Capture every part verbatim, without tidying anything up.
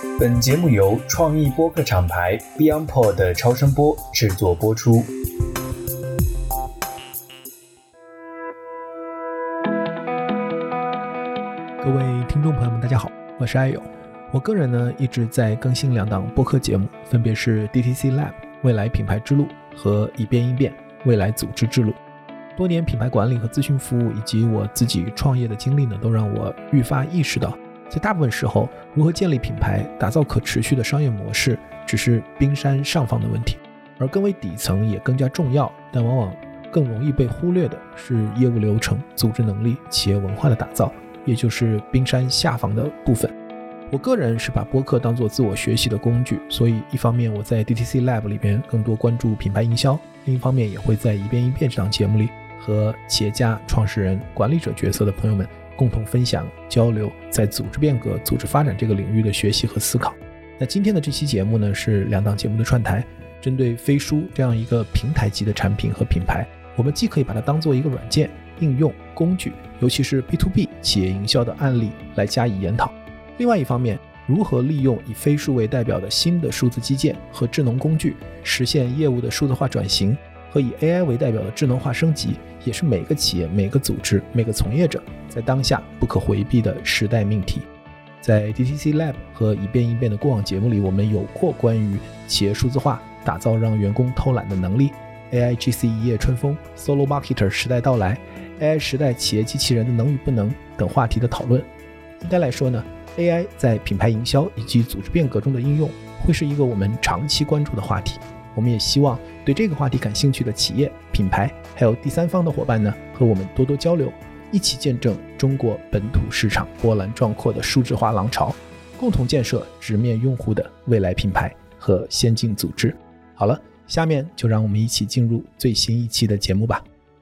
本节目由创意播客厂牌 BeyondPod 的超声波制作播出。 各位听众朋友们大家好，我是艾勇。我个人呢一直在更新两档播客节目，分别是 D T C Lab 未来品牌之路和一变一变未来组织之路。多年品牌管理和咨询服务以及我自己创业的经历呢，都让我愈发意识到，在大部分时候，如何建立品牌，打造可持续的商业模式，只是冰山上方的问题，而更为底层也更加重要，但往往更容易被忽略的是业务流程、组织能力、企业文化的打造，也就是冰山下方的部分。我个人是把播客当作自我学习的工具，所以一方面我在 D T C Lab 里边更多关注品牌营销，另一方面也会在一变一变这档节目里和企业家、创始人、管理者角色的朋友们共同分享交流在组织变革、组织发展这个领域的学习和思考。那今天的这期节目呢，是两档节目的串台，针对飞书这样一个平台级的产品和品牌，我们既可以把它当做一个软件、应用、工具，尤其是 B to B 企业营销的案例来加以研讨。另外一方面，如何利用以飞书为代表的新的数字基建和智能工具，实现业务的数字化转型，和以 A I 为代表的智能化升级，也是每个企业、每个组织、每个从业者在当下不可回避的时代命题。在 D T C Lab 和一变一变的过往节目里，我们有过关于企业数字化，打造让员工偷懒的能力， A I G C 一夜春风， Solo Marketer 时代到来， A I 时代企业机器人的能与不能等话题的讨论。应该来说呢， A I 在品牌营销以及组织变革中的应用会是一个我们长期关注的话题。我们也希望对这个话题感兴趣的企业、品牌还有第三方的伙伴呢，和我们多多交流，一起见证中国本土市场波澜壮阔的数字化浪潮，共同建设直面用户的未来品牌和先进组织。好了，下面就让我们一起进入最新一期的节目吧。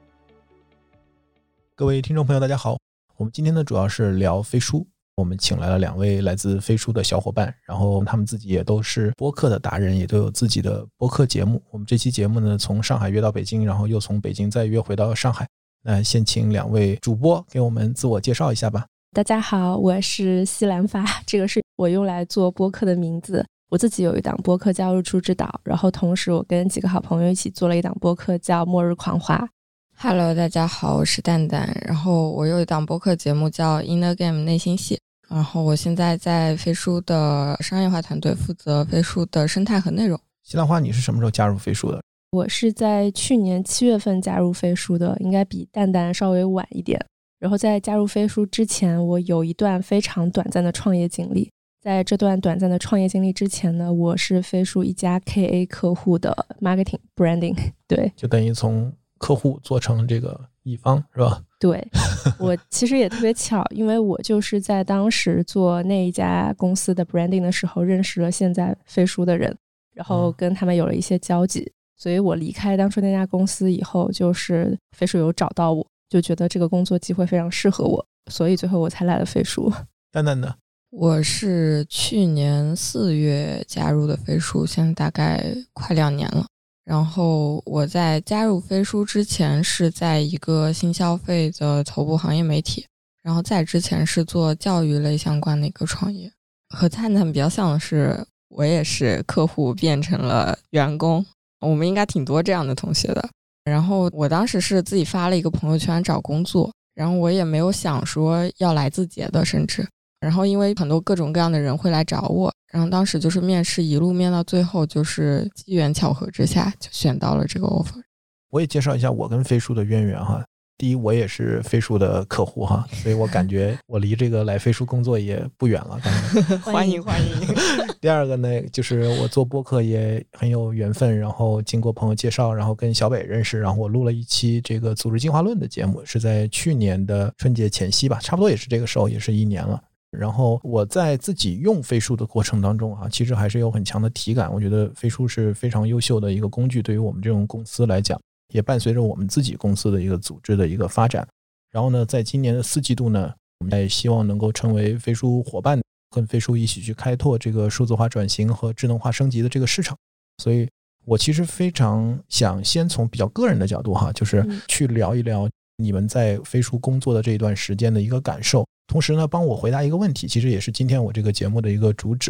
各位听众朋友大家好，我们今天呢主要是聊飞书，我们请来了两位来自飞书的小伙伴，然后他们自己也都是播客的达人，也都有自己的播客节目。我们这期节目呢，从上海约到北京，然后又从北京再约回到上海。那先请两位主播给我们自我介绍一下吧。 大家好，我是西兰发，这个是我用来做播客的名字。我自己有一档播客叫日出之岛，然后同时我跟几个好朋友一起做了一档播客叫末日狂花。 Hello， 大家好，我是蛋蛋，然后我有一档播客节目叫 Inner Game 内心戏，然后我现在在飞书的商业化团队负责飞书的生态和内容。 西兰花，你是什么时候加入飞书的？ 我是在去年七月份加入飞书的，应该比蛋蛋稍微晚一点。然后在加入飞书之前，我有一段非常短暂的创业经历。在这段短暂的创业经历之前呢，我是飞书一家 K A 客户的 marketing branding。 对， 就等于从客户做成这个乙方是吧？ 对，我其实也特别巧，因为我就是在当时做那一家公司的 branding 的时候认识了现在飞书的人，然后跟他们有了一些交集、嗯、所以我离开当初那家公司以后，就是飞书有找到我，就觉得这个工作机会非常适合我，所以最后我才来了飞书。 蛋蛋呢？ 我是去年四月加入的飞书，现在大概快两年了。然后我在加入飞书之前是在一个新消费的头部行业媒体，然后在之前是做教育类相关的一个创业。和探探比较像的是，我也是客户变成了员工，我们应该挺多这样的同学的。然后我当时是自己发了一个朋友圈找工作，然后我也没有想说要来字节的，甚至然后因为很多各种各样的人会来找我，然后当时就是面试一路面到最后，就是机缘巧合之下就选到了这个 offer。 我也介绍一下我跟飞书的渊源哈。第一，我也是飞书的客户哈，所以我感觉我离这个来飞书工作也不远了。 欢迎欢迎。 第二个呢，就是我做播客也很有缘分，然后经过朋友介绍，然后跟小北认识，然后我录了一期这个组织进化论的节目，是在去年的春节前夕吧，差不多也是这个时候，也是一年了。然后我在自己用飞书的过程当中啊，其实还是有很强的体感，我觉得飞书是非常优秀的一个工具，对于我们这种公司来讲，也伴随着我们自己公司的一个组织的一个发展。然后呢，在今年的四季度呢，我们也希望能够成为飞书伙伴，跟飞书一起去开拓这个数字化转型和智能化升级的这个市场。所以我其实非常想先从比较个人的角度哈，就是去聊一聊你们在飞书工作的这一段时间的一个感受，同时呢帮我回答一个问题，其实也是今天我这个节目的一个主旨，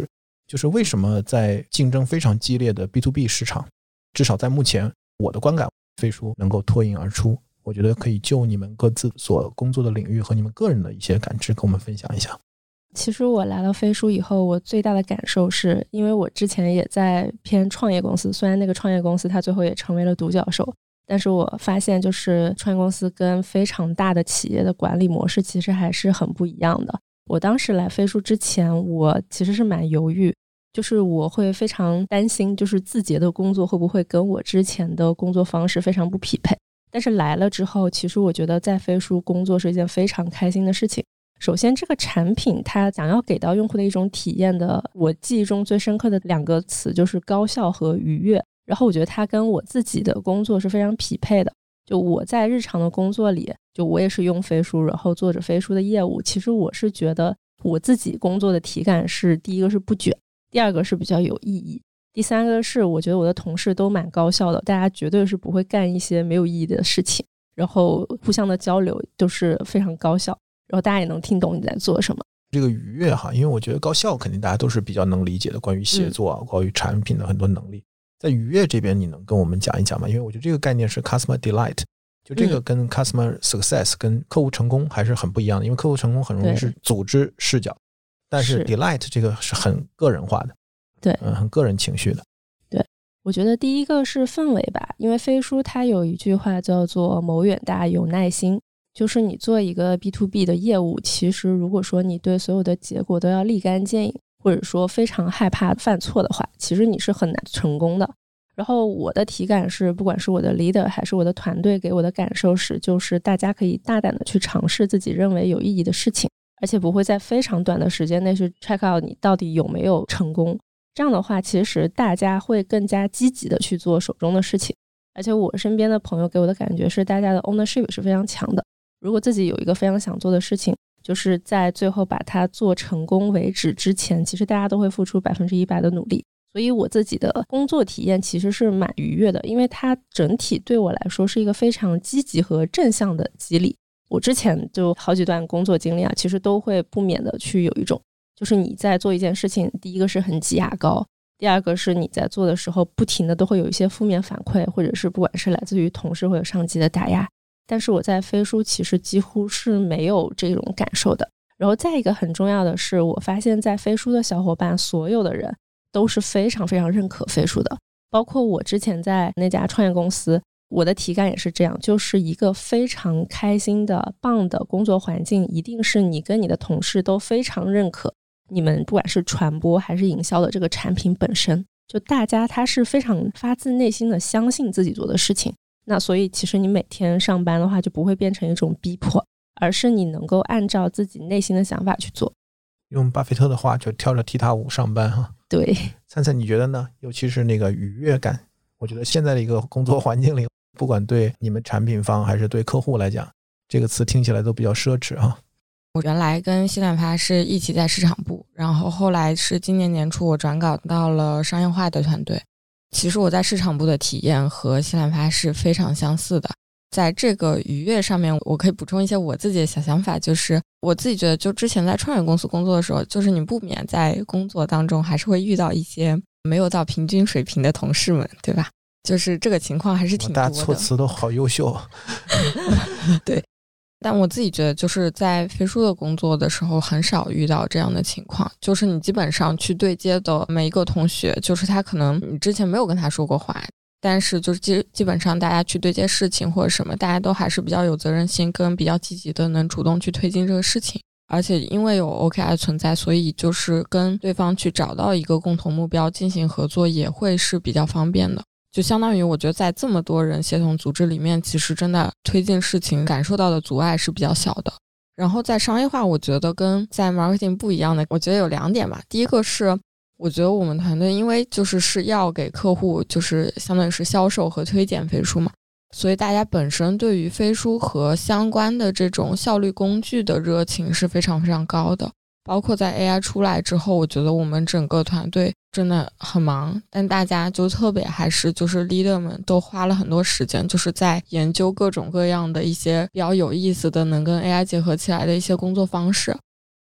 就是为什么在竞争非常激烈的 B to B 市场，至少在目前我的观感，飞书能够脱颖而出。我觉得可以就你们各自所工作的领域和你们个人的一些感知跟我们分享一下。 其实我来到飞书以后，我最大的感受是，因为我之前也在偏创业公司，虽然那个创业公司它最后也成为了独角兽，但是我发现就是创业公司跟非常大的企业的管理模式其实还是很不一样的。我当时来飞书之前，我其实是蛮犹豫，就是我会非常担心，就是字节的工作会不会跟我之前的工作方式非常不匹配。但是来了之后，其实我觉得在飞书工作是一件非常开心的事情。首先这个产品它想要给到用户的一种体验的，我记忆中最深刻的两个词就是高效和愉悦，然后我觉得它跟我自己的工作是非常匹配的。就我在日常的工作里，就我也是用飞书，然后做着飞书的业务，其实我是觉得我自己工作的体感是，第一个是不卷，第二个是比较有意义，第三个是我觉得我的同事都蛮高效的，大家绝对是不会干一些没有意义的事情，然后互相的交流都是非常高效，然后大家也能听懂你在做什么。 这个愉悦哈，因为我觉得高效肯定大家都是比较能理解的，关于协作啊、嗯、关于产品的很多能力。在愉悦这边你能跟我们讲一讲吗？因为我觉得这个概念是 customer delight， 就这个跟 customer success、嗯、跟客户成功还是很不一样的，因为客户成功很容易是组织视角，但是 delight 这个是很个人化的， 对、 嗯，很个人情绪的。 对，我觉得第一个是氛围吧，因为飞书它有一句话叫做谋远大有耐心，就是你做一个 B to B 的业务，其实如果说你对所有的结果都要立竿见影，或者说非常害怕犯错的话，其实你是很难成功的。然后我的体感是，不管是我的 leader 还是我的团队给我的感受是，就是大家可以大胆的去尝试自己认为有意义的事情，而且不会在非常短的时间内去 check out 你到底有没有成功。这样的话，其实大家会更加积极的去做手中的事情。而且我身边的朋友给我的感觉是，大家的 ownership 是非常强的。如果自己有一个非常想做的事情，就是在最后把它做成功为止之前，其实大家都会付出百分之一百的努力。所以我自己的工作体验其实是蛮愉悦的，因为它整体对我来说是一个非常积极和正向的激励。我之前就好几段工作经历啊，其实都会不免的去有一种，就是你在做一件事情，第一个是很挤牙膏，第二个是你在做的时候不停的都会有一些负面反馈，或者是不管是来自于同事或者上级的打压。但是我在飞书其实几乎是没有这种感受的。然后再一个很重要的是，我发现在飞书的小伙伴，所有的人都是非常非常认可飞书的，包括我之前在那家创业公司，我的体感也是这样，就是一个非常开心的棒的工作环境，一定是你跟你的同事都非常认可你们不管是传播还是营销的这个产品本身，就大家他是非常发自内心的相信自己做的事情。那所以其实你每天上班的话就不会变成一种逼迫，而是你能够按照自己内心的想法去做。 用巴菲特的话，就跳着踢踏舞上班哈。 对， 灿灿你觉得呢？尤其是那个愉悦感，我觉得现在的一个工作环境里，不管对你们产品方还是对客户来讲，这个词听起来都比较奢侈哈。 我原来跟西南发是一起在市场部，然后后来是今年年初我转岗到了商业化的团队。其实我在市场部的体验和西南发是非常相似的。在这个愉悦上面，我可以补充一些我自己的小想法，就是我自己觉得就之前在创业公司工作的时候，就是你不免在工作当中还是会遇到一些没有到平均水平的同事们，对吧？就是这个情况还是挺多的。 大家措辞都好优秀。 对，但我自己觉得就是在飞书的工作的时候很少遇到这样的情况，就是你基本上去对接的每一个同学，就是他可能你之前没有跟他说过话，但是就是基基本上大家去对接事情或者什么，大家都还是比较有责任心跟比较积极的，能主动去推进这个事情。而且因为有 O K R 存在，所以就是跟对方去找到一个共同目标进行合作也会是比较方便的。就相当于我觉得在这么多人协同组织里面，其实真的推进事情感受到的阻碍是比较小的。然后在商业化，我觉得跟在 marketing 不一样的，我觉得有两点吧。第一个是我觉得我们团队因为就是是要给客户就是相当于是销售和推荐飞书嘛，所以大家本身对于飞书和相关的这种效率工具的热情是非常非常高的。包括在 A I 出来之后，我觉得我们整个团队真的很忙，但大家就特别还是就是 leader 们都花了很多时间，就是在研究各种各样的一些比较有意思的能跟 A I 结合起来的一些工作方式。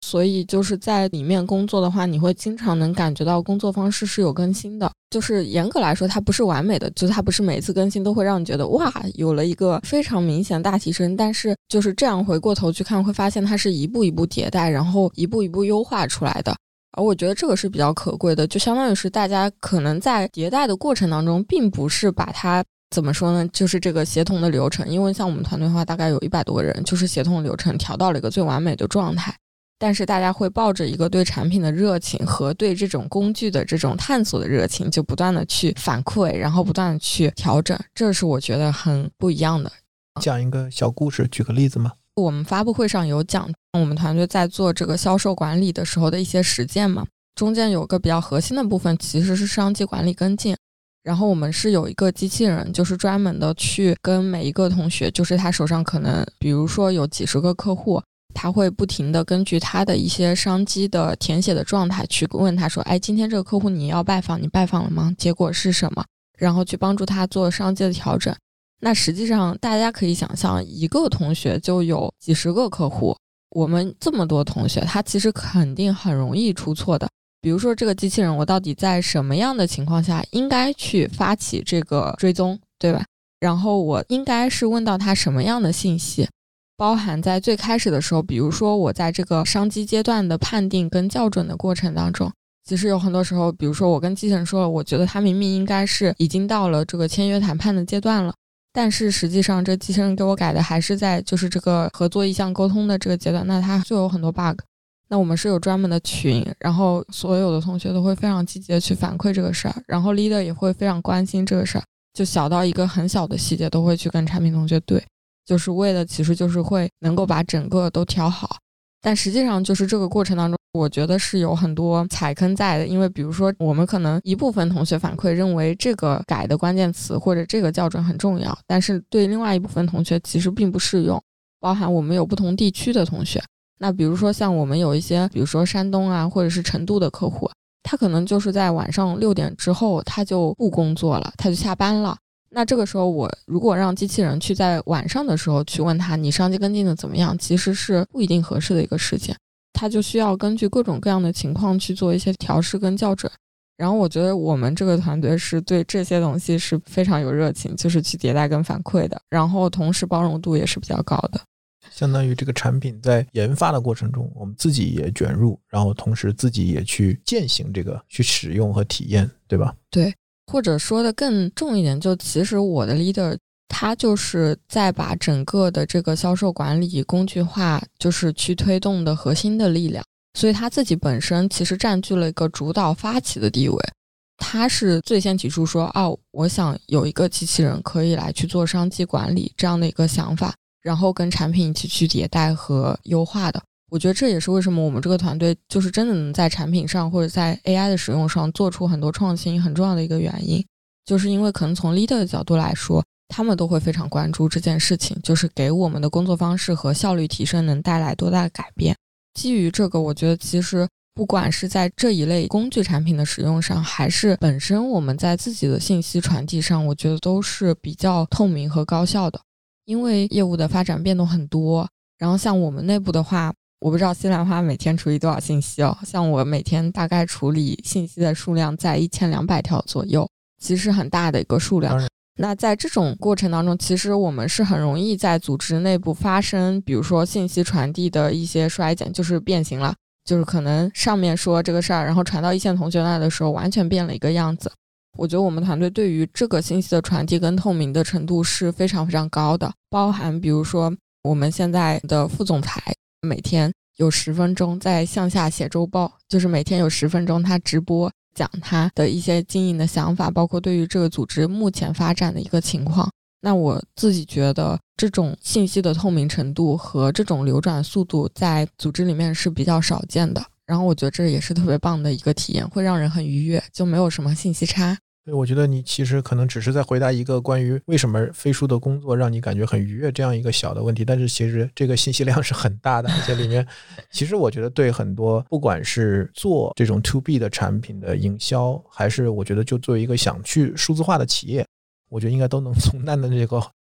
所以就是在里面工作的话，你会经常能感觉到工作方式是有更新的，就是严格来说它不是完美的，就是它不是每次更新都会让你觉得哇有了一个非常明显大提升，但是就是这样回过头去看会发现它是一步一步迭代，然后一步一步优化出来的。而我觉得这个是比较可贵的，就相当于是大家可能在迭代的过程当中并不是把它怎么说呢，就是这个协同的流程，因为像我们团队的话大概有一百多个人，就是协同的流程调到了一个最完美的状态，但是大家会抱着一个对产品的热情和对这种工具的这种探索的热情，就不断的去反馈，然后不断的去调整，这是我觉得很不一样的。 讲一个小故事，举个例子吗？ 我们发布会上有讲我们团队在做这个销售管理的时候的一些实践嘛，中间有个比较核心的部分其实是商机管理跟进，然后我们是有一个机器人，就是专门的去跟每一个同学，就是他手上可能比如说有几十个客户，他会不停的根据他的一些商机的填写的状态去问他说，哎，今天这个客户你要拜访，你拜访了吗？结果是什么？然后去帮助他做商机的调整。那实际上大家可以想象，一个同学就有几十个客户，我们这么多同学，他其实肯定很容易出错的。比如说这个机器人，我到底在什么样的情况下应该去发起这个追踪，对吧？然后我应该是问到他什么样的信息，包含在最开始的时候，比如说我在这个商机阶段的判定跟校准的过程当中，其实有很多时候，比如说我跟机器人说了，我觉得他明明应该是已经到了这个签约谈判的阶段了，但是实际上这机器人给我改的还是在就是这个合作意向沟通的这个阶段，那它就有很多 bug。 那我们是有专门的群，然后所有的同学都会非常积极的去反馈这个事儿，然后 leader 也会非常关心这个事儿，就小到一个很小的细节都会去跟产品同学对，就是为了其实就是会能够把整个都调好。但实际上就是这个过程当中我觉得是有很多踩坑在的，因为比如说我们可能一部分同学反馈认为这个改的关键词或者这个校准很重要，但是对另外一部分同学其实并不适用，包含我们有不同地区的同学，那比如说像我们有一些比如说山东啊或者是成都的客户，他可能就是在晚上六点之后他就不工作了，他就下班了，那这个时候我如果让机器人去在晚上的时候去问他你商机跟进的怎么样，其实是不一定合适的一个事情，他就需要根据各种各样的情况去做一些调试跟校准。然后我觉得我们这个团队是对这些东西是非常有热情，就是去迭代跟反馈的，然后同时包容度也是比较高的。 相当于这个产品在研发的过程中我们自己也卷入，然后同时自己也去践行这个去使用和体验，对吧？ 对，或者说的更重一点，就其实我的 leader 他就是在把整个的这个销售管理工具化就是去推动的核心的力量，所以他自己本身其实占据了一个主导发起的地位，他是最先提出说哦，我想有一个机器人可以来去做商机管理这样的一个想法，然后跟产品一起去迭代和优化的。我觉得这也是为什么我们这个团队就是真的能在产品上或者在 A I 的使用上做出很多创新很重要的一个原因，就是因为可能从 leader 的角度来说，他们都会非常关注这件事情，就是给我们的工作方式和效率提升能带来多大的改变。基于这个，我觉得其实不管是在这一类工具产品的使用上，还是本身我们在自己的信息传递上，我觉得都是比较透明和高效的。因为业务的发展变动很多，然后像我们内部的话，我不知道西兰花每天处理多少信息哦，像我每天大概处理信息的数量在一千两百条左右，其实很大的一个数量。那在这种过程当中，其实我们是很容易在组织内部发生比如说信息传递的一些衰减，就是变形了，就是可能上面说这个事儿，然后传到一线同学那的时候完全变了一个样子。我觉得我们团队对于这个信息的传递跟透明的程度是非常非常高的，包含比如说我们现在的副总裁每天有十分钟在向下写周报，就是每天有十分钟他直播讲他的一些经营的想法，包括对于这个组织目前发展的一个情况。那我自己觉得这种信息的透明程度和这种流转速度在组织里面是比较少见的，然后我觉得这也是特别棒的一个体验，会让人很愉悦，就没有什么信息差。 对，我觉得你其实可能只是在回答一个关于为什么飞书的工作让你感觉很愉悦这样一个小的问题，但是其实这个信息量是很大的，而且里面其实我觉得对很多不管是做这种 to B 的产品的营销，还是我觉得就作为一个想去数字化的企业，我觉得应该都能从那的这个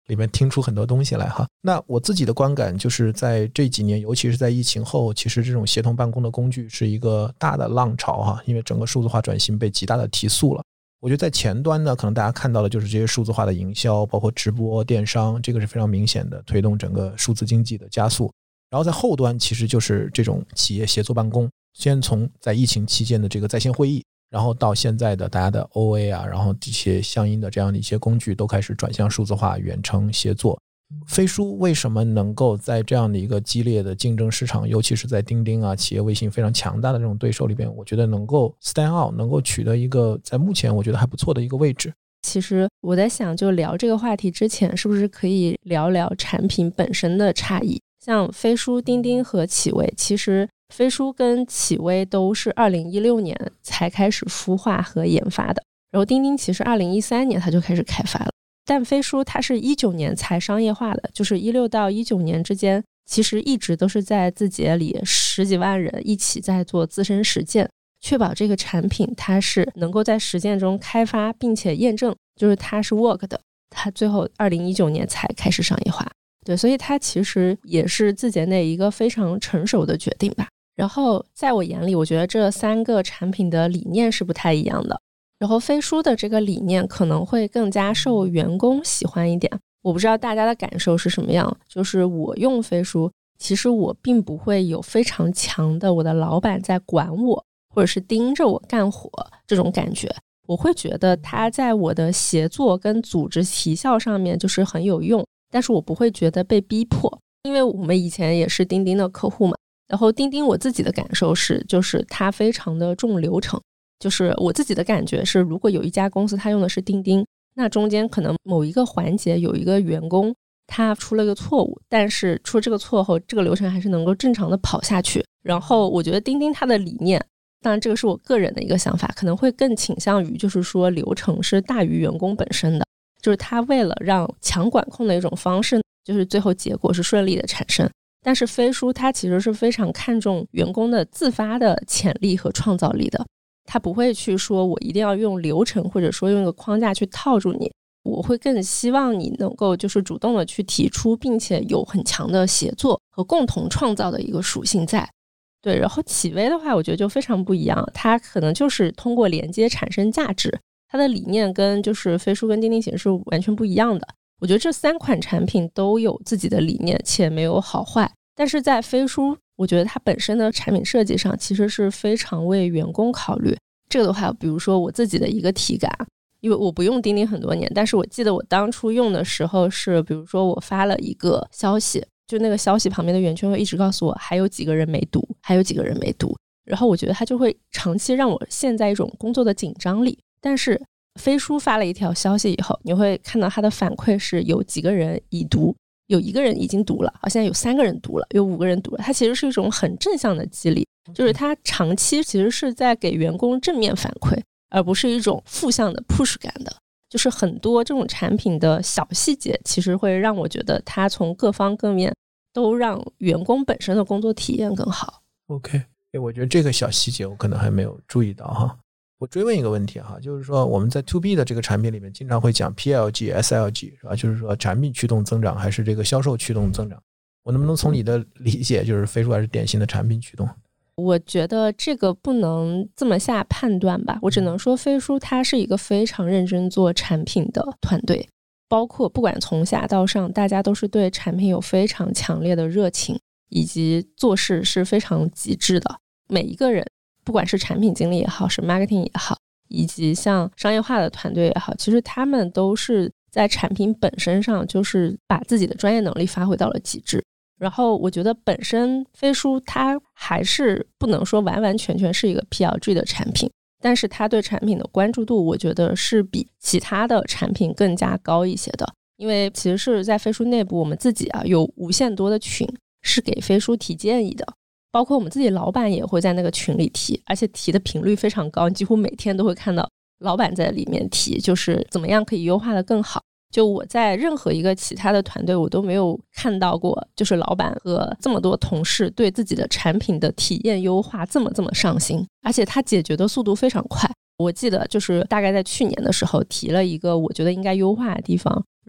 里面听出很多东西来哈。那我自己的观感就是在这几年，尤其是在疫情后，其实这种协同办公的工具是一个大的浪潮哈，因为整个数字化转型被极大的提速了。我觉得在前端呢，可能大家看到的就是这些数字化的营销，包括直播电商，这个是非常明显的推动整个数字经济的加速。然后在后端其实就是这种企业协作办公，先从在疫情期间的这个在线会议，然后到现在的大家的 O A 啊，然后这些相应的这样的一些工具都开始转向数字化远程协作。飞书为什么能够在这样的一个激烈的竞争市场，尤其是在钉钉啊、企业微信非常强大的这种对手里边，我觉得能够 stand out， 能够取得一个在目前我觉得还不错的一个位置。 其实我在想，就聊这个话题之前，是不是可以聊聊产品本身的差异？像飞书、钉钉和企微，其实飞书跟企微都是二零一六年才开始孵化和研发的，然后钉钉其实二零一三年它就开始开发了，但飞书它是一九年才商业化的，就是一六到一九年之间，其实一直都是在字节里十几万人一起在做自身实践，确保这个产品它是能够在实践中开发并且验证，就是它是 work 的，它最后二零一九年才开始商业化。对，所以它其实也是字节内一个非常成熟的决定吧。然后在我眼里，我觉得这三个产品的理念是不太一样的。然后飞书的这个理念可能会更加受员工喜欢一点，我不知道大家的感受是什么样。就是我用飞书，其实我并不会有非常强的我的老板在管我，或者是盯着我干活这种感觉。我会觉得它在我的协作跟组织提效上面就是很有用，但是我不会觉得被逼迫，因为我们以前也是钉钉的客户嘛。然后钉钉我自己的感受是，就是它非常的重流程，就是我自己的感觉是，如果有一家公司它用的是钉钉，那中间可能某一个环节有一个员工他出了个错误，但是出这个错后，这个流程还是能够正常的跑下去。然后我觉得钉钉它的理念，当然这个是我个人的一个想法，可能会更倾向于就是说流程是大于员工本身的，就是他为了让强管控的一种方式，就是最后结果是顺利的产生。但是飞书它其实是非常看重员工的自发的潜力和创造力的，他不会去说我一定要用流程或者说用一个框架去套住你，我会更希望你能够就是主动的去提出，并且有很强的协作和共同创造的一个属性在。对，然后企微的话我觉得就非常不一样，它可能就是通过连接产生价值，它的理念跟就是飞书跟钉钉其实是完全不一样的。我觉得这三款产品都有自己的理念，且没有好坏。但是在飞书，我觉得它本身的产品设计上其实是非常为员工考虑。这个的话，比如说我自己的一个体感，因为我不用钉钉很多年，但是我记得我当初用的时候是，比如说我发了一个消息，就那个消息旁边的圆圈会一直告诉我还有几个人没读，还有几个人没读，然后我觉得它就会长期让我陷在一种工作的紧张里。但是飞书发了一条消息以后，你会看到它的反馈是有几个人已读，有一个人已经读了，好像有三个人读了，有五个人读了，它其实是一种很正向的激励，就是它长期其实是在给员工正面反馈，而不是一种负向的 push 感的。就是很多这种产品的小细节其实会让我觉得它从各方各面都让员工本身的工作体验更好。 OK， 我觉得这个小细节我可能还没有注意到哈。我追问一个问题哈，就是说我们在 to B 的这个产品里面经常会讲 P L G、S L G 是吧？就是说产品驱动增长还是这个销售驱动增长？我能不能从你的理解，就是飞书还是典型的产品驱动？ 我觉得这个不能这么下判断吧，我只能说飞书它是一个非常认真做产品的团队，包括不管从下到上，大家都是对产品有非常强烈的热情，以及做事是非常极致的。每一个人不管是产品经理也好，是 marketing 也好，以及像商业化的团队也好，其实他们都是在产品本身上就是把自己的专业能力发挥到了极致。然后我觉得本身飞书它还是不能说完完全全是一个 P L G 的产品，但是它对产品的关注度我觉得是比其他的产品更加高一些的。因为其实是在飞书内部，我们自己啊有无限多的群是给飞书提建议的，包括我们自己老板也会在那个群里提，而且提的频率非常高，几乎每天都会看到老板在里面提，就是怎么样可以优化的更好。就我在任何一个其他的团队我都没有看到过，就是老板和这么多同事对自己的产品的体验优化这么这么上心，而且他解决的速度非常快。我记得就是大概在去年的时候提了一个我觉得应该优化的地方，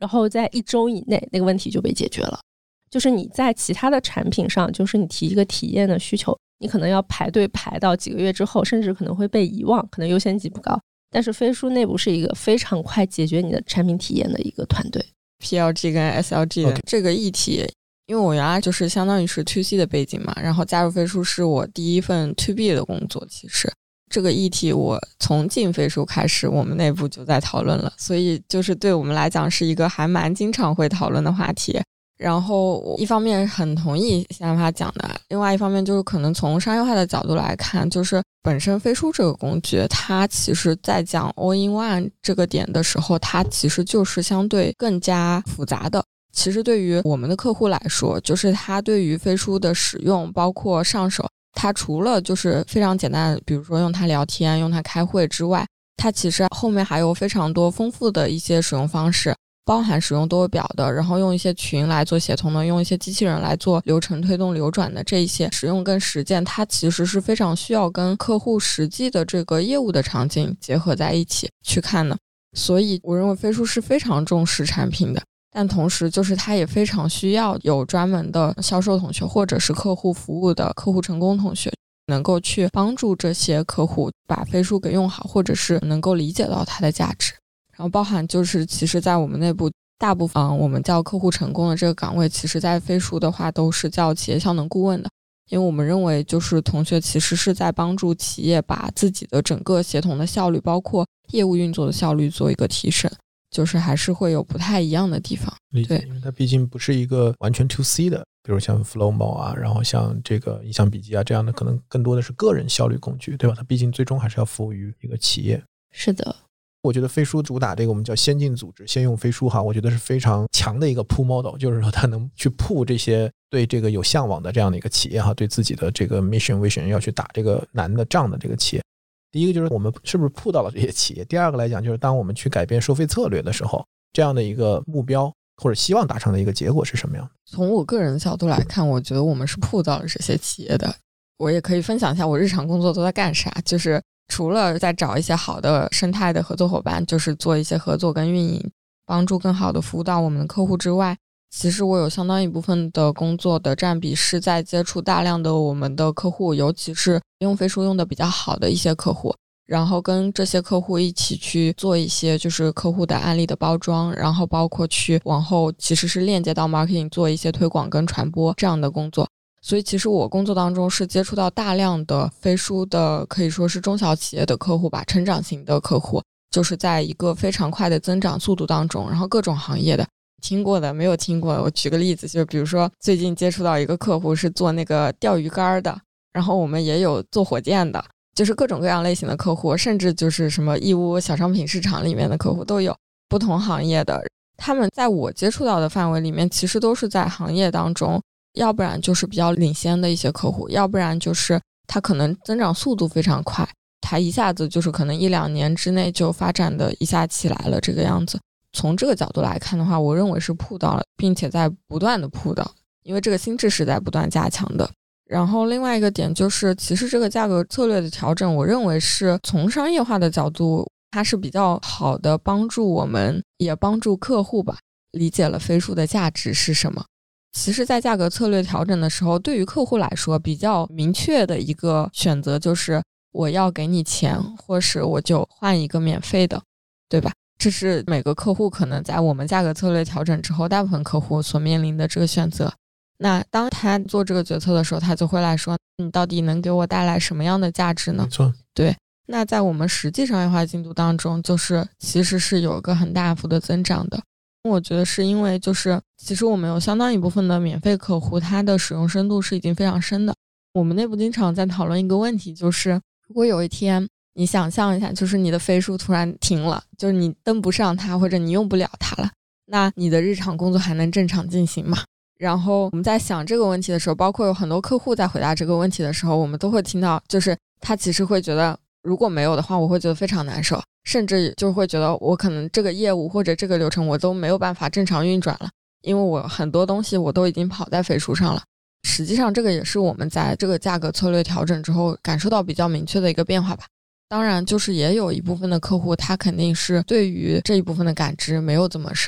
然后在一周以内那个问题就被解决了。就是你在其他的产品上，就是你提一个体验的需求，你可能要排队排到几个月之后，甚至可能会被遗忘，可能优先级不高。但是飞书内部是一个非常快解决你的产品体验的一个团队。 P L G 跟 S L G 的这个议题，因为我原来就是相当于是 to C 的背景嘛，然后加入飞书是我第一份 to B 的工作。其实这个议题我从进飞书开始我们内部就在讨论了，所以就是对我们来讲是一个还蛮经常会讨论的话题。然后我一方面很同意现在他讲的，另外一方面就是可能从商业化的角度来看，就是本身飞书这个工具它其实在讲 all in one 这个点的时候，它其实就是相对更加复杂的。其实对于我们的客户来说，就是它对于飞书的使用包括上手，它除了就是非常简单的比如说用它聊天用它开会之外，它其实后面还有非常多丰富的一些使用方式，包含使用多位表的，然后用一些群来做协同的，用一些机器人来做流程推动流转的，这一些使用跟实践它其实是非常需要跟客户实际的这个业务的场景结合在一起去看的。所以我认为飞书是非常重视产品的，但同时就是它也非常需要有专门的销售同学或者是客户服务的客户成功同学，能够去帮助这些客户把飞书给用好，或者是能够理解到它的价值。然后包含就是其实在我们内部大部分、嗯、我们叫客户成功的这个岗位，其实在飞书的话都是叫企业效能顾问的，因为我们认为就是同学其实是在帮助企业把自己的整个协同的效率包括业务运作的效率做一个提升，就是还是会有不太一样的地方。 理解，因为它毕竟不是一个完全 to C 的，比如像 Flowmo 啊，然后像这个印象笔记啊这样的，可能更多的是个人效率工具，对吧？它毕竟最终还是要服务于一个企业。 是的， 我觉得飞书主打这个我们叫先进组织先用飞书哈，我觉得是非常强的一个 pull model， 就是说它能去 pull 这些对这个有向往的这样的一个企业哈，对自己的这个 mission vision 要去打这个难的仗的这个企业。第一个就是我们是不是 pull 到了这些企业，第二个来讲就是当我们去改变收费策略的时候，这样的一个目标或者希望达成的一个结果是什么样的。 从我个人的角度来看，我觉得我们是 pull 到了这些企业的。我也可以分享一下我日常工作都在干啥，就是除了在找一些好的生态的合作伙伴，就是做一些合作跟运营，帮助更好的服务到我们的客户之外，其实我有相当一部分的工作的占比是在接触大量的我们的客户，尤其是用飞书用的比较好的一些客户，然后跟这些客户一起去做一些就是客户的案例的包装，然后包括去往后其实是链接到 marketing 做一些推广跟传播这样的工作。所以其实我工作当中是接触到大量的飞书的可以说是中小企业的客户吧，成长型的客户，就是在一个非常快的增长速度当中，然后各种行业的听过的没有听过的，我举个例子，就是比如说最近接触到一个客户是做那个钓鱼竿的，然后我们也有做火箭的，就是各种各样类型的客户，甚至就是什么义乌小商品市场里面的客户都有，不同行业的。他们在我接触到的范围里面其实都是在行业当中，要不然就是比较领先的一些客户，要不然就是他可能增长速度非常快，他一下子就是可能一两年之内就发展的一下起来了这个样子。从这个角度来看的话，我认为是铺到了，并且在不断的铺到，因为这个心智是在不断加强的。然后另外一个点就是其实这个价格策略的调整，我认为是从商业化的角度它是比较好的帮助我们也帮助客户吧理解了飞书的价值是什么。其实在价格策略调整的时候，对于客户来说比较明确的一个选择就是我要给你钱，或是我就换一个免费的，对吧？这是每个客户可能在我们价格策略调整之后大部分客户所面临的这个选择。那当他做这个决策的时候，他就会来说你到底能给我带来什么样的价值呢？ 没错， 对。那在我们实际商业化进度当中，就是其实是有一个很大幅的增长的。我觉得是因为就是其实我们有相当一部分的免费客户，他的使用深度是已经非常深的。我们内部经常在讨论一个问题，就是如果有一天你想象一下，就是你的飞书突然停了，就是你登不上它或者你用不了它了，那你的日常工作还能正常进行吗？然后我们在想这个问题的时候，包括有很多客户在回答这个问题的时候，我们都会听到就是他其实会觉得如果没有的话我会觉得非常难受，甚至就会觉得我可能这个业务或者这个流程我都没有办法正常运转了，因为我很多东西我都已经跑在飞书上了。实际上这个也是我们在这个价格策略调整之后感受到比较明确的一个变化吧。当然就是也有一部分的客户他肯定是对于这一部分的感知没有这么深，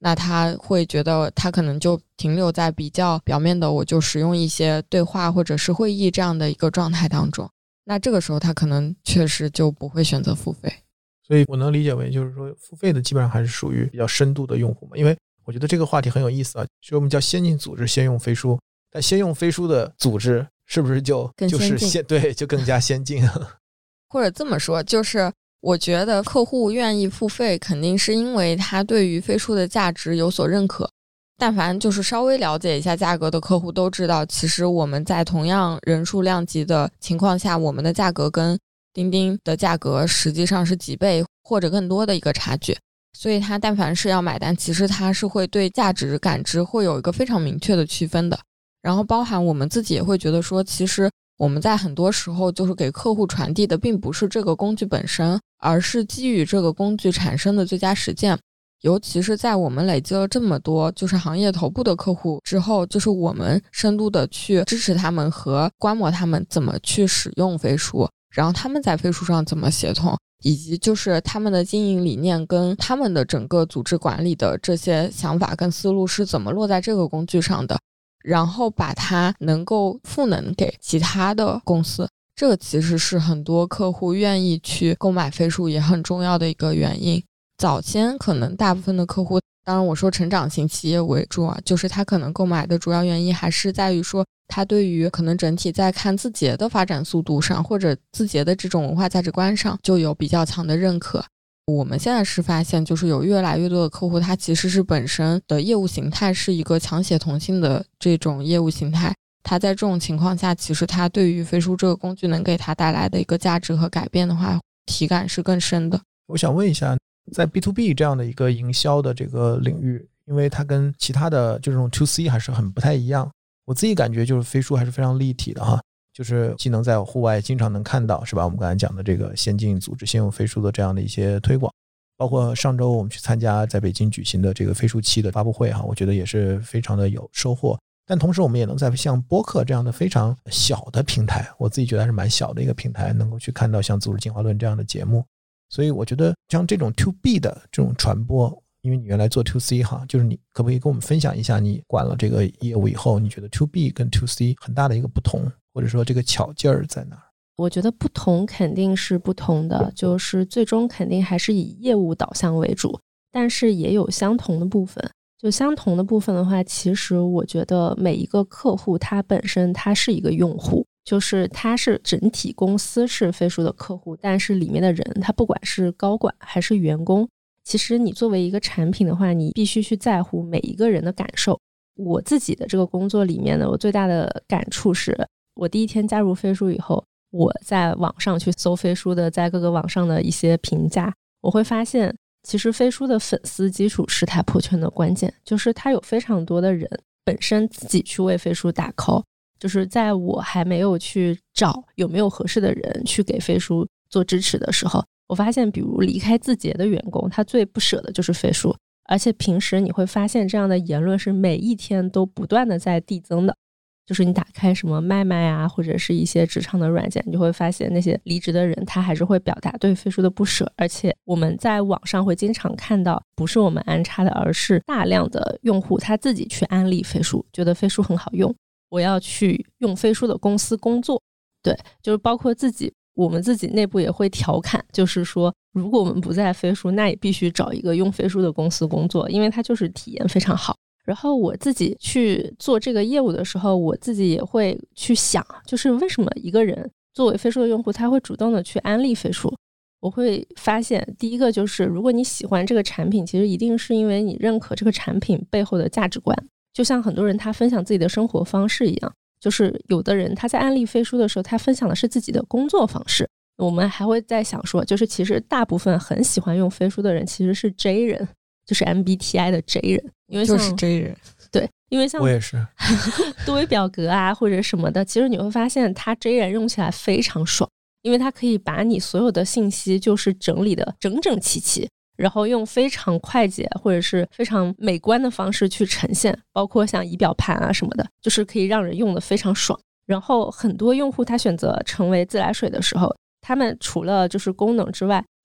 那他会觉得他可能就停留在比较表面的，我就使用一些对话或者是会议这样的一个状态当中，那这个时候他可能确实就不会选择付费。 所以我能理解为就是说付费的基本上还是属于比较深度的用户嘛，因为我觉得这个话题很有意思啊，所以我们叫先进组织先用飞书，但先用飞书的组织是不是就就是先对就更加先进啊？ 或者这么说，就是我觉得客户愿意付费肯定是因为他对于飞书的价值有所认可，但凡就是稍微了解一下价格的客户都知道，其实我们在同样人数量级的情况下，我们的价格跟钉钉的价格实际上是几倍或者更多的一个差距，所以他但凡是要买单，其实他是会对价值感知会有一个非常明确的区分的。然后包含我们自己也会觉得说，其实我们在很多时候就是给客户传递的并不是这个工具本身，而是基于这个工具产生的最佳实践。尤其是在我们累积了这么多就是行业头部的客户之后，就是我们深度的去支持他们和观摩他们怎么去使用飞书，然后他们在飞书上怎么协同，以及就是他们的经营理念跟他们的整个组织管理的这些想法跟思路是怎么落在这个工具上的，然后把它能够赋能给其他的公司，这个其实是很多客户愿意去购买飞书也很重要的一个原因。早先可能大部分的客户，当然我说成长型企业为主啊，就是他可能购买的主要原因还是在于说他对于可能整体在看字节的发展速度上，或者字节的这种文化价值观上就有比较强的认可。我们现在是发现就是有越来越多的客户，他其实是本身的业务形态是一个强协同性的这种业务形态，他在这种情况下其实他对于飞书这个工具能给他带来的一个价值和改变的话，体感是更深的。 我想问一下，在 B to B 这样的一个营销的这个领域，因为它跟其他的这种 to C 还是很不太一样，我自己感觉就是飞书还是非常立体的哈，就是既能在户外经常能看到，是吧？我们刚才讲的这个先进组织先用飞书的这样的一些推广，包括上周我们去参加在北京举行的这个飞书七的发布会哈，我觉得也是非常的有收获。但同时我们也能在像播客这样的非常小的平台，我自己觉得还是蛮小的一个平台，能够去看到像组织进化论这样的节目。所以我觉得像这种 to B 的这种传播，因为你原来做 to C 哈，就是你可不可以跟我们分享一下你管了这个业务以后，你觉得 to B 跟 to C 很大的一个不同，或者说这个巧劲儿在哪儿？ 我觉得不同肯定是不同的，就是最终肯定还是以业务导向为主，但是也有相同的部分。就相同的部分的话，其实我觉得每一个客户他本身他是一个用户，就是他是整体公司是飞书的客户，但是里面的人他不管是高管还是员工，其实你作为一个产品的话，你必须去在乎每一个人的感受。我自己的这个工作里面呢，我最大的感触是，我第一天加入飞书以后，我在网上去搜飞书的在各个网上的一些评价，我会发现其实飞书的粉丝基础是它破圈的关键，就是它有非常多的人本身自己去为飞书打 call， 就是在我还没有去找有没有合适的人去给飞书做支持的时候，我发现比如离开字节的员工，他最不舍的就是飞书，而且平时你会发现这样的言论是每一天都不断的在递增的，就是你打开什么麦麦啊，或者是一些职场的软件，你就会发现那些离职的人他还是会表达对飞书的不舍，而且我们在网上会经常看到不是我们安插的，而是大量的用户他自己去安利飞书，觉得飞书很好用，我要去用飞书的公司工作。对，就是包括自己我们自己内部也会调侃，就是说如果我们不在飞书，那也必须找一个用飞书的公司工作，因为它就是体验非常好。然后我自己去做这个业务的时候，我自己也会去想，就是为什么一个人作为飞书的用户他会主动的去安利飞书。我会发现第一个就是如果你喜欢这个产品，其实一定是因为你认可这个产品背后的价值观，就像很多人他分享自己的生活方式一样，就是有的人他在安利飞书的时候他分享的是自己的工作方式。我们还会在想说，就是其实大部分很喜欢用飞书的人其实是 J 人，就是 M B T I 的 J 人，因为像就是 J 人， 对，因为像我也是多维表格啊或者什么的，其实你会发现它 J 人用起来非常爽，因为它可以把你所有的信息就是整理的整整齐齐，然后用非常快捷或者是非常美观的方式去呈现，包括像仪表盘啊什么的，就是可以让人用的非常爽。然后很多用户他选择成为自来水的时候，他们除了就是功能之外，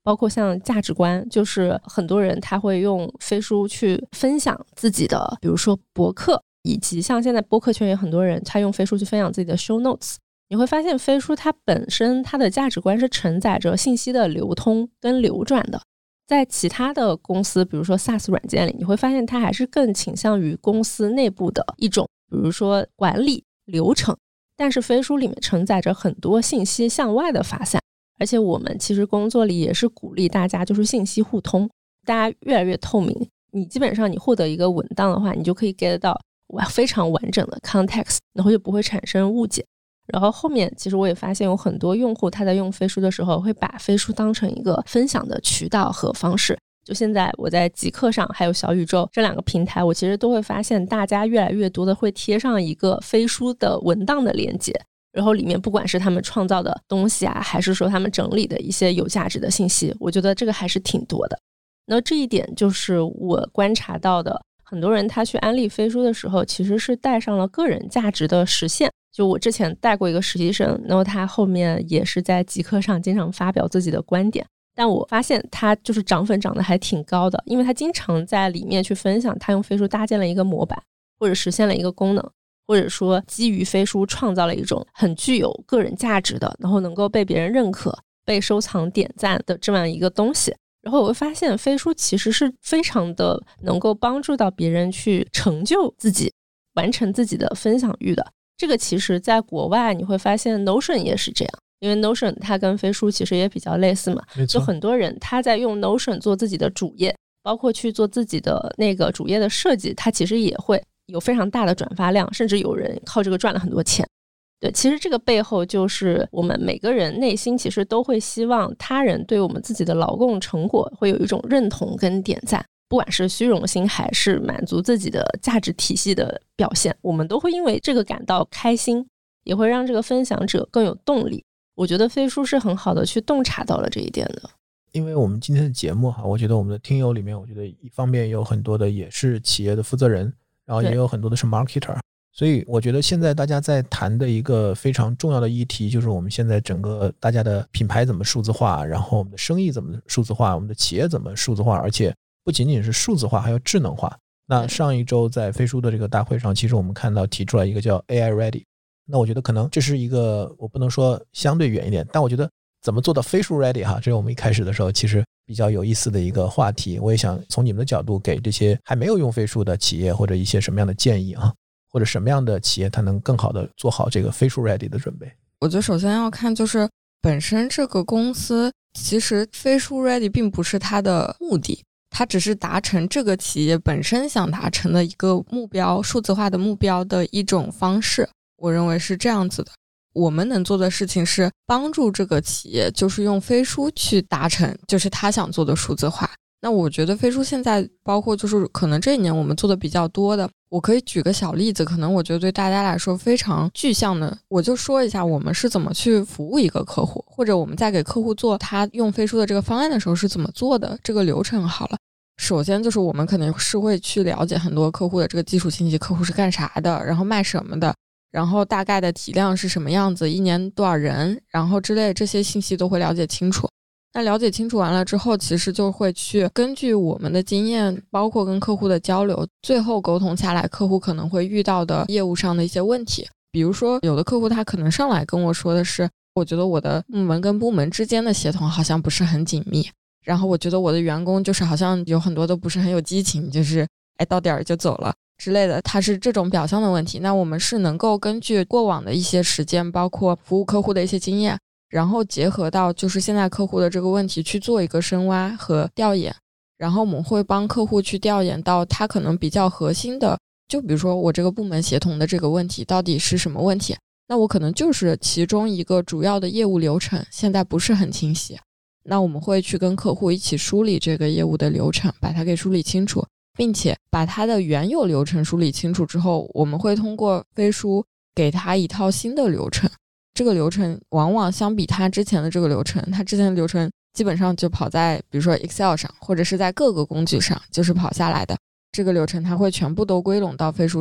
包括像价值观，就是很多人他会用飞书去分享自己的，比如说博客，以及像现在播客圈有很多人他用飞书去分享自己的 show notes。你会发现飞书它本身它的价值观是承载着信息的流通跟流转的。在其他的公司比如说 SaaS 软件里，你会发现它还是更倾向于公司内部的一种比如说管理流程，但是飞书里面承载着很多信息向外的发散。而且我们其实工作里也是鼓励大家就是信息互通，大家越来越透明，你基本上你获得一个文档的话，你就可以 get 到非常完整的 context， 然后就不会产生误解。然后后面其实我也发现有很多用户他在用飞书的时候会把飞书当成一个分享的渠道和方式。就现在我在极客上还有小宇宙这两个平台，我其实都会发现大家越来越多的会贴上一个飞书的文档的连接，然后里面不管是他们创造的东西啊，还是说他们整理的一些有价值的信息，我觉得这个还是挺多的。那这一点就是我观察到的，很多人他去安利飞书的时候其实是带上了个人价值的实现。就我之前带过一个实习生，然后他后面也是在极客上经常发表自己的观点，但我发现他就是涨粉涨得还挺高的，因为他经常在里面去分享他用飞书搭建了一个模板，或者实现了一个功能，或者说基于飞书创造了一种很具有个人价值的，然后能够被别人认可被收藏点赞的这么样一个东西。然后我会发现飞书其实是非常的能够帮助到别人去成就自己，完成自己的分享欲的。这个其实在国外你会发现 Notion 也是这样，因为 Notion 它跟飞书其实也比较类似嘛，就很多人他在用 Notion 做自己的主页，包括去做自己的那个主页的设计，它其实也会有非常大的转发量，甚至有人靠这个赚了很多钱。对，其实这个背后就是我们每个人内心其实都会希望他人对我们自己的劳动成果会有一种认同跟点赞，不管是虚荣心还是满足自己的价值体系的表现，我们都会因为这个感到开心，也会让这个分享者更有动力。我觉得飞书是很好的去洞察到了这一点的。 因为我们今天的节目哈，我觉得我们的听友里面，我觉得一方面有很多的也是企业的负责人，然后也有很多的是 marketer， 所以我觉得现在大家在谈的一个非常重要的议题，就是我们现在整个大家的品牌怎么数字化，然后我们的生意怎么数字化，我们的企业怎么数字化，而且不仅仅是数字化，还有智能化。那上一周在飞书的这个大会上，其实我们看到提出来一个叫 A I Ready， 那我觉得可能这是一个我不能说相对远一点，但我觉得怎么做到飞书 Ready 哈，这是我们一开始的时候其实比较有意思的一个话题。我也想从你们的角度给这些还没有用飞书的企业或者一些什么样的建议啊，或者什么样的企业它能更好的做好这个飞书 Ready 的准备。 我觉得首先要看就是本身这个公司其实飞书 Ready 并不是它的目的，它只是达成这个企业本身想达成的一个目标，数字化的目标的一种方式，我认为是这样子的。我们能做的事情是帮助这个企业就是用飞书去达成就是他想做的数字化。那我觉得飞书现在包括就是可能这一年我们做的比较多的，我可以举个小例子，可能我觉得对大家来说非常具象的，我就说一下我们是怎么去服务一个客户，或者我们在给客户做他用飞书的这个方案的时候是怎么做的，这个流程好了。首先就是我们肯定是会去了解很多客户的这个基础信息，客户是干啥的，然后卖什么的，然后大概的体量是什么样子，一年多少人，然后之类这些信息都会了解清楚。那了解清楚完了之后，其实就会去根据我们的经验，包括跟客户的交流，最后沟通下来客户可能会遇到的业务上的一些问题。比如说有的客户他可能上来跟我说的是，我觉得我的部门跟部门之间的协同好像不是很紧密，然后我觉得我的员工就是好像有很多都不是很有激情，就是哎到点儿就走了之类的，它是这种表象的问题。那我们是能够根据过往的一些时间，包括服务客户的一些经验，然后结合到就是现在客户的这个问题去做一个深挖和调研，然后我们会帮客户去调研到他可能比较核心的，就比如说我这个部门协同的这个问题到底是什么问题，那我可能就是其中一个主要的业务流程现在不是很清晰，那我们会去跟客户一起梳理这个业务的流程，把它给梳理清楚，并且把它的原有流程梳理清楚之后，我们会通过飞书给他一套新的流程。这个流程往往相比他之前的这个流程，他之前的流程基本上就跑在比如说 Excel 上，或者是在各个工具上就是跑下来的，这个流程它会全部都归拢到飞书上，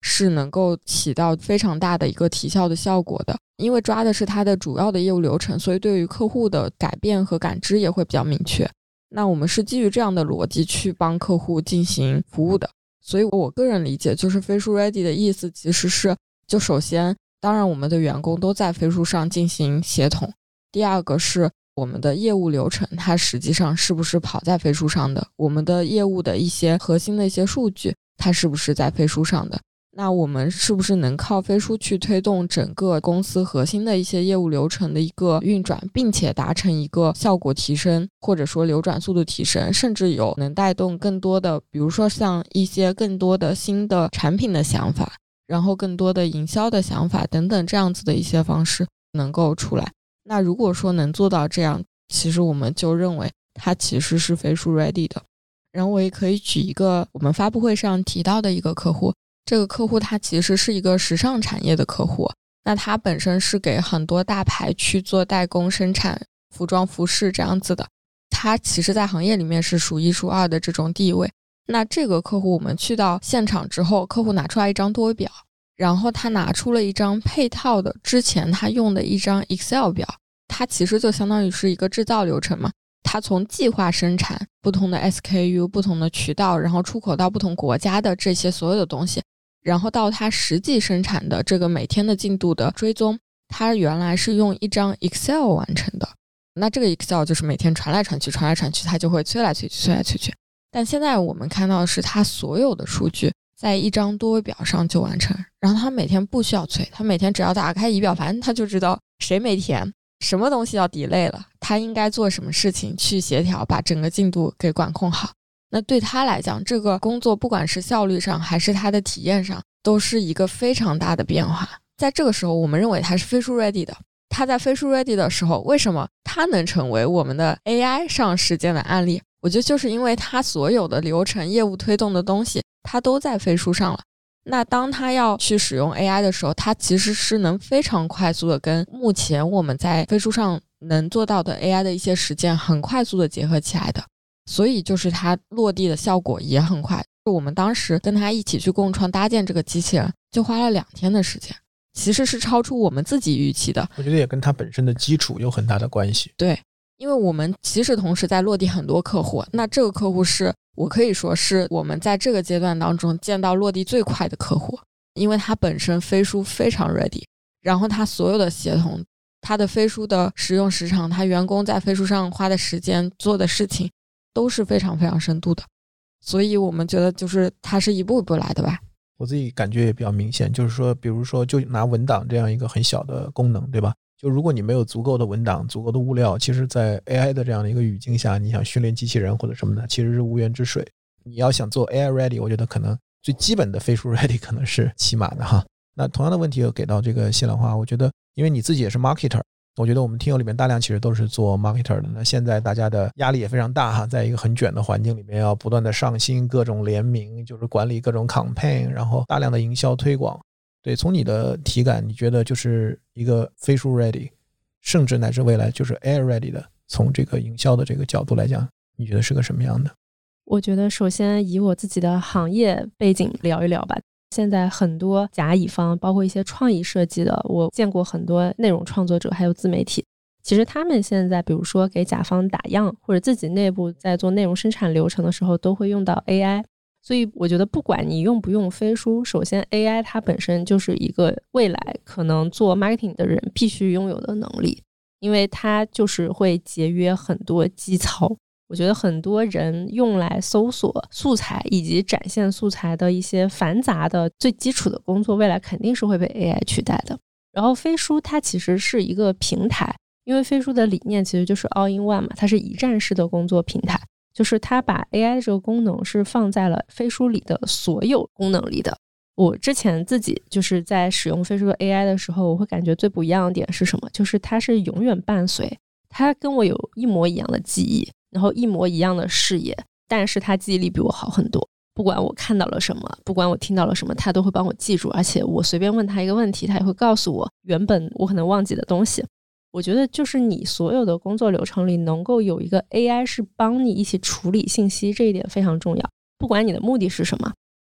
是能够起到非常大的一个提效的效果的。因为抓的是它的主要的业务流程，所以对于客户的改变和感知也会比较明确。那我们是基于这样的逻辑去帮客户进行服务的。所以我个人理解，就是飞书 ready 的意思其实是，就首先当然我们的员工都在飞书上进行协同，第二个是我们的业务流程它实际上是不是跑在飞书上的，我们的业务的一些核心的一些数据它是不是在飞书上的，那我们是不是能靠飞书去推动整个公司核心的一些业务流程的一个运转，并且达成一个效果提升，或者说流转速度提升，甚至有能带动更多的比如说像一些更多的新的产品的想法，然后更多的营销的想法等等，这样子的一些方式能够出来。那如果说能做到这样，其实我们就认为它其实是飞书 ready 的。然后我也可以举一个我们发布会上提到的一个客户，这个客户他其实是一个时尚产业的客户，那他本身是给很多大牌去做代工生产服装服饰这样子的，他其实在行业里面是数一数二的这种地位。那这个客户我们去到现场之后，客户拿出来一张多维表，然后他拿出了一张配套的之前他用的一张 Excel 表，它其实就相当于是一个制造流程嘛，它从计划生产不同的 S K U 不同的渠道，然后出口到不同国家的这些所有的东西，然后到它实际生产的这个每天的进度的追踪，它原来是用一张 Excel 完成的。那这个 Excel 就是每天传来传去传来传去，它就会催来催去催来催去。但现在我们看到的是它所有的数据在一张多维表上就完成，然后他每天不需要催，他每天只要打开仪表盘，他就知道谁每天什么东西要 delay 了，他应该做什么事情去协调把整个进度给管控好。那对他来讲，这个工作不管是效率上还是他的体验上都是一个非常大的变化。在这个时候我们认为他是飞书 ready 的。他在飞书 ready 的时候，为什么他能成为我们的 A I 上实践的案例？我觉得就是因为他所有的流程业务推动的东西他都在飞书上了。那当他要去使用 A I 的时候，他其实是能非常快速的跟目前我们在飞书上能做到的 A I 的一些实践很快速的结合起来的，所以就是它落地的效果也很快。我们当时跟他一起去共创搭建这个机器人就花了两天的时间，其实是超出我们自己预期的。 我觉得也跟它本身的基础有很大的关系。 对，因为我们其实同时在落地很多客户，那这个客户是我可以说是我们在这个阶段当中见到落地最快的客户，因为它本身飞书非常 ready， 然后它所有的协同，它的飞书的使用时长，它员工在飞书上花的时间做的事情都是非常非常深度的，所以我们觉得就是它是一步一步来的吧。 我自己感觉也比较明显，就是说比如说就拿文档这样一个很小的功能，对吧？就如果你没有足够的文档足够的物料，其实在 A I 的这样的一个语境下，你想训练机器人或者什么的其实是无源之水。你要想做 A I ready， 我觉得可能最基本的飞书 ready 可能是起码的哈。那同样的问题又给到这个新浪花，我觉得因为你自己也是 marketer， 我觉得我们听友里面大量其实都是做 marketer 的。那现在大家的压力也非常大哈，在一个很卷的环境里面要不断的上新各种联名，就是管理各种 campaign， 然后大量的营销推广。对，从你的体感你觉得就是一个飞书 ready， 甚至乃至未来就是 A I ready 的，从这个营销的这个角度来讲，你觉得是个什么样的？ 我觉得首先以我自己的行业背景聊一聊吧。现在很多甲乙方包括一些创意设计的，我见过很多内容创作者还有自媒体，其实他们现在比如说给甲方打样或者自己内部在做内容生产流程的时候都会用到 A I。 所以我觉得不管你用不用飞书，首先 A I 它本身就是一个未来可能做 marketing 的人必须拥有的能力，因为它就是会节约很多基操。我觉得很多人用来搜索素材以及展现素材的一些繁杂的最基础的工作，未来肯定是会被 A I 取代的。然后飞书它其实是一个平台，因为飞书的理念其实就是 all in one 嘛，它是一站式的工作平台，就是它把 A I 这个功能是放在了飞书里的所有功能里的。我之前自己就是在使用飞书的 A I 的时候，我会感觉最不一样的点是什么，就是它是永远伴随，它跟我有一模一样的记忆，然后一模一样的视野，但是它记忆力比我好很多。不管我看到了什么，不管我听到了什么，它都会帮我记住，而且我随便问它一个问题，它也会告诉我原本我可能忘记的东西。我觉得就是你所有的工作流程里能够有一个 A I 是帮你一起处理信息，这一点非常重要。不管你的目的是什么，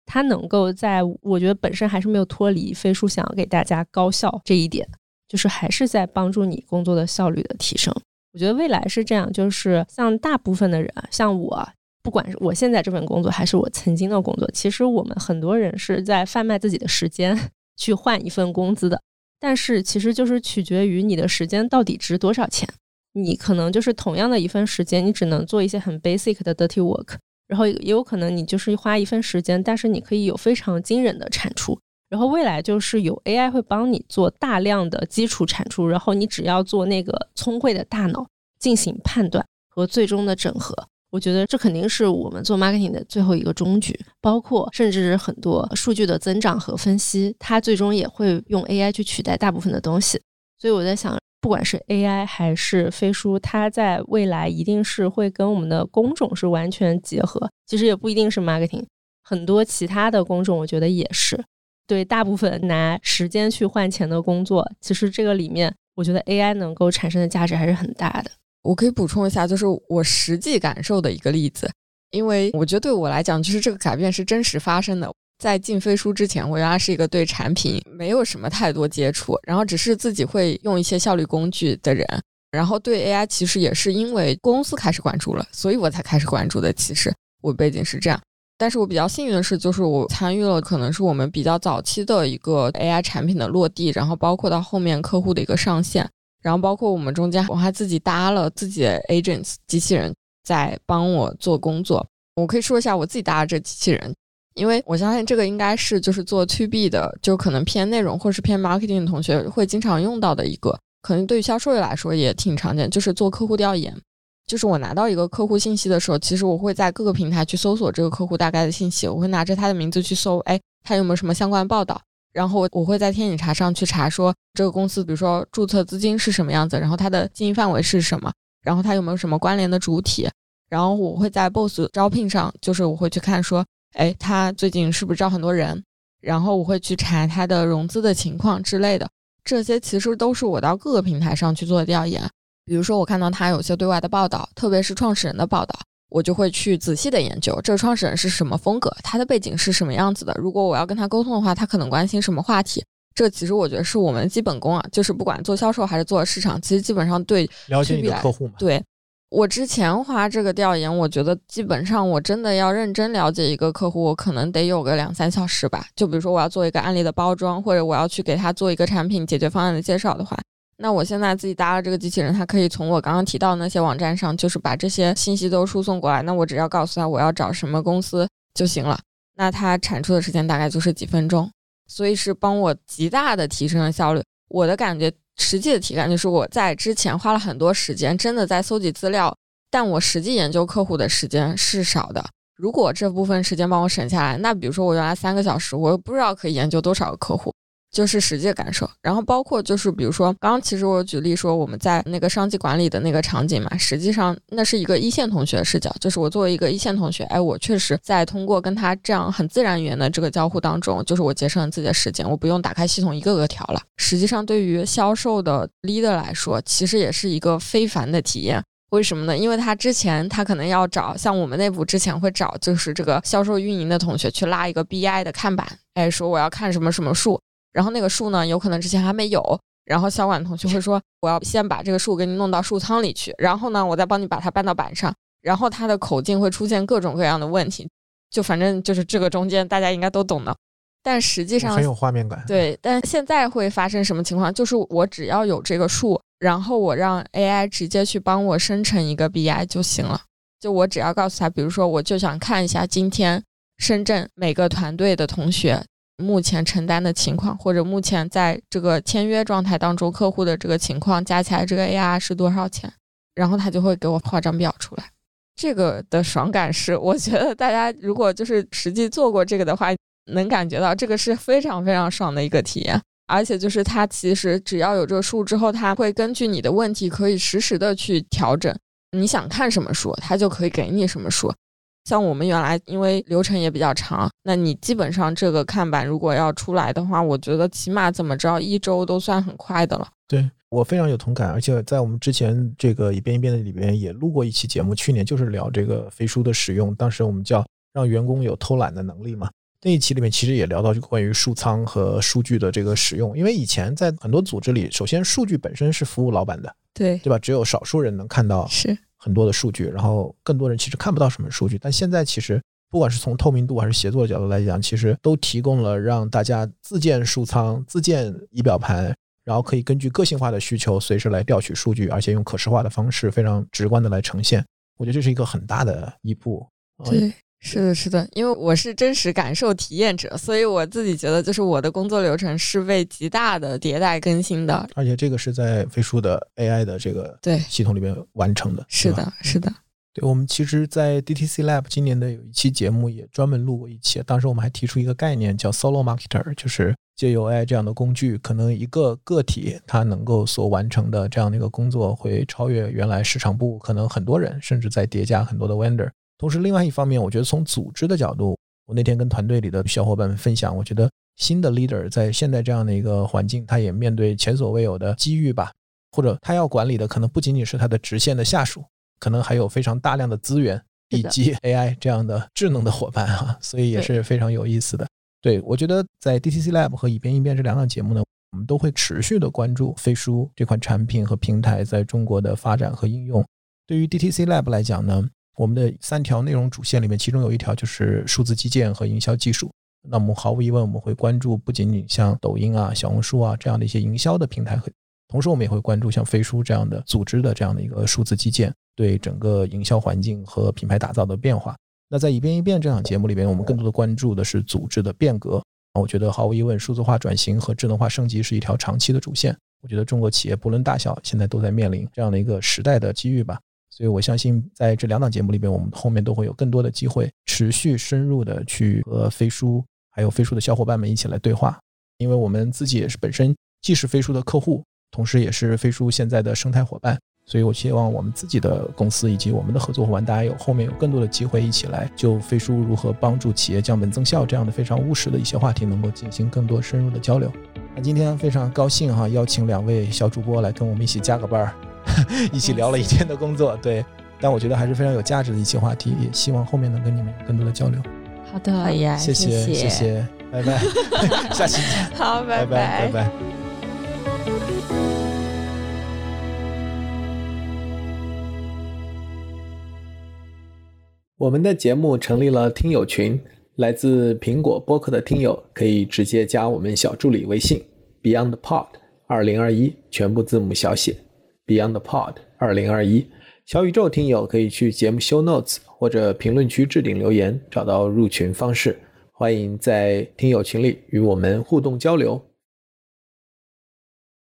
它能够在我觉得本身还是没有脱离飞书想要给大家高效这一点，就是还是在帮助你工作的效率的提升。我觉得未来是这样，就是像大部分的人，像我，不管是我现在这份工作还是我曾经的工作，其实我们很多人是在贩卖自己的时间去换一份工资的，但是其实就是取决于你的时间到底值多少钱。你可能就是同样的一份时间，你只能做一些很 basic 的 dirty work， 然后也有可能你就是花一份时间，但是你可以有非常惊人的产出。然后未来就是有 A I 会帮你做大量的基础产出，然后你只要做那个聪慧的大脑进行判断和最终的整合。我觉得这肯定是我们做 marketing 的最后一个终局，包括甚至很多数据的增长和分析，它最终也会用 A I 去取代大部分的东西。所以我在想，不管是 A I 还是飞书，它在未来一定是会跟我们的工种是完全结合，其实也不一定是 marketing， 很多其他的工种我觉得也是。对大部分拿时间去换钱的工作，其实这个里面我觉得 A I 能够产生的价值还是很大的。 我可以补充一下，就是我实际感受的一个例子，因为我觉得对我来讲，就是这个改变是真实发生的。在进飞书之前，我原来是一个对产品没有什么太多接触，然后只是自己会用一些效率工具的人，然后对 A I 其实也是因为公司开始关注了，所以我才开始关注的。其实我背景是这样，但是我比较幸运的是，就是我参与了可能是我们比较早期的一个 A I 产品的落地，然后包括到后面客户的一个上线，然后包括我们中间我还自己搭了自己的 agents 机器人在帮我做工作。我可以说一下我自己搭的这机器人，因为我相信这个应该是就是做 to B 的，就可能偏内容或是偏 marketing 的同学会经常用到的一个，可能对于销售来说也挺常见，就是做客户调研。就是我拿到一个客户信息的时候，其实我会在各个平台去搜索这个客户大概的信息，我会拿着他的名字去搜，哎，他有没有什么相关报道，然后我会在天眼查上去查说这个公司比如说注册资金是什么样子，然后它的经营范围是什么，然后它有没有什么关联的主体，然后我会在 B O S S 招聘上，就是我会去看说，哎，他最近是不是招很多人，然后我会去查他的融资的情况之类的，这些其实都是我到各个平台上去做调研。比如说我看到他有些对外的报道，特别是创始人的报道，我就会去仔细的研究这个创始人是什么风格，他的背景是什么样子的，如果我要跟他沟通的话，他可能关心什么话题。这其实我觉得是我们的基本功啊，就是不管做销售还是做市场，其实基本上对了解你的客户嘛。 对，我之前花这个调研，我觉得基本上我真的要认真了解一个客户，我可能得有个两三小时吧。就比如说我要做一个案例的包装，或者我要去给他做一个产品解决方案的介绍的话，那我现在自己搭了这个机器人，它可以从我刚刚提到的那些网站上，就是把这些信息都输送过来，那我只要告诉他我要找什么公司就行了，那它产出的时间大概就是几分钟，所以是帮我极大的提升了效率。我的感觉，实际的体感就是我在之前花了很多时间真的在搜集资料，但我实际研究客户的时间是少的。如果这部分时间帮我省下来，那比如说我原来三个小时，我又不知道可以研究多少个客户，就是实际的感受。然后包括就是比如说刚刚其实我有举例说我们在那个商机管理的那个场景嘛，实际上那是一个一线同学的视角，就是我作为一个一线同学，哎，我确实在通过跟他这样很自然语言的这个交互当中，就是我节省了自己的时间，我不用打开系统一个个调了。实际上对于销售的 leader 来说，其实也是一个非凡的体验。为什么呢？因为他之前他可能要找，像我们内部之前会找就是这个销售运营的同学去拉一个 B I 的看板，哎，说我要看什么什么数，然后那个数呢有可能之前还没有，然后销管同学会说我要先把这个数给你弄到数仓里去，然后呢我再帮你把它搬到板上，然后他的口径会出现各种各样的问题，就反正就是这个中间大家应该都懂的。但实际上很有画面感。 对，但现在会发生什么情况，就是我只要有这个数，然后我让 A I 直接去帮我生成一个 B I 就行了。就我只要告诉他，比如说我就想看一下今天深圳每个团队的同学目前承担的情况，或者目前在这个签约状态当中客户的这个情况加起来这个 A R 是多少钱，然后他就会给我画张表出来。这个的爽感是我觉得大家如果就是实际做过这个的话，能感觉到这个是非常非常爽的一个体验。而且就是它其实只要有这个数之后，它会根据你的问题可以实时的去调整，你想看什么数它就可以给你什么数。像我们原来因为流程也比较长，那你基本上这个看板如果要出来的话，我觉得起码怎么着一周都算很快的了。 对，我非常有同感。而且在我们之前这个一遍一遍的里边也录过一期节目，去年就是聊这个飞书的使用，当时我们叫让员工有偷懒的能力嘛。 那一期里面其实也聊到这个关于数仓和数据的这个使用，因为以前在很多组织里，首先数据本身是服务老板的， 对对吧？只有少数人能看到是很多的数据，然后更多人其实看不到什么数据。但现在其实不管是从透明度还是协作的角度来讲，其实都提供了让大家自建数仓、自建仪表盘，然后可以根据个性化的需求随时来调取数据，而且用可视化的方式非常直观的来呈现。我觉得这是一个很大的一步。 对，是的是的，因为我是真实感受体验者，所以我自己觉得就是我的工作流程是被极大的迭代更新的， 而且这个是在飞书的 A I 的这个对系统里面完成的。 是的是的。 对，我们其实在 D T C Lab 今年的有一期节目也专门录过一期，当时我们还提出一个概念叫 Solo Marketer， 就是借由 A I 这样的工具，可能一个个体它能够所完成的这样的一个工作会超越原来市场部可能很多人，甚至在叠加很多的 vendor。 同时另外一方面，我觉得从组织的角度，我那天跟团队里的小伙伴们分享，我觉得新的 leader 在现在这样的一个环境，他也面对前所未有的机遇吧，或者他要管理的可能不仅仅是他的直线的下属，可能还有非常大量的资源以及 A I 这样的智能的伙伴啊，所以也是非常有意思的。对，我觉得在 D T C Lab 和以变应变这两档节目呢，我们都会持续的关注飞书这款产品和平台在中国的发展和应用。对于 D T C Lab 来讲呢，我们的三条内容主线里面，其中有一条就是数字基建和营销技术。那么毫无疑问，我们会关注不仅仅像抖音啊、小红书啊这样的一些营销的平台，同时我们也会关注像飞书这样的组织的这样的一个数字基建对整个营销环境和品牌打造的变化。那在以变应变这场节目里边，我们更多的关注的是组织的变革。我觉得毫无疑问，数字化转型和智能化升级是一条长期的主线。我觉得中国企业不论大小，现在都在面临这样的一个时代的机遇吧。所以我相信在这两档节目里边，我们后面都会有更多的机会持续深入的去和飞书还有飞书的小伙伴们一起来对话。因为我们自己也是本身既是飞书的客户，同时也是飞书现在的生态伙伴，所以我希望我们自己的公司以及我们的合作伙伴，大家有后面有更多的机会一起来就飞书如何帮助企业降本增效这样的非常务实的一些话题能够进行更多深入的交流。那今天非常高兴哈，邀请两位小主播来跟我们一起加个班一起聊了一天的工作。对，但我觉得还是非常有价值的一期话题，也希望后面能跟你们有更多的交流。 好的， 好呀， 谢谢谢谢，谢拜拜下期见。 好，拜拜拜拜。我们的节目成立了听友群，来自苹果播客的听友可以直接加我们小助理微信 BeyondPod 二零二一，全部字母小写 BeyondPod 二零二一。小宇宙听友可以去节目 show notes 或者评论区置顶留言找到入群方式，欢迎在听友群里与我们互动交流。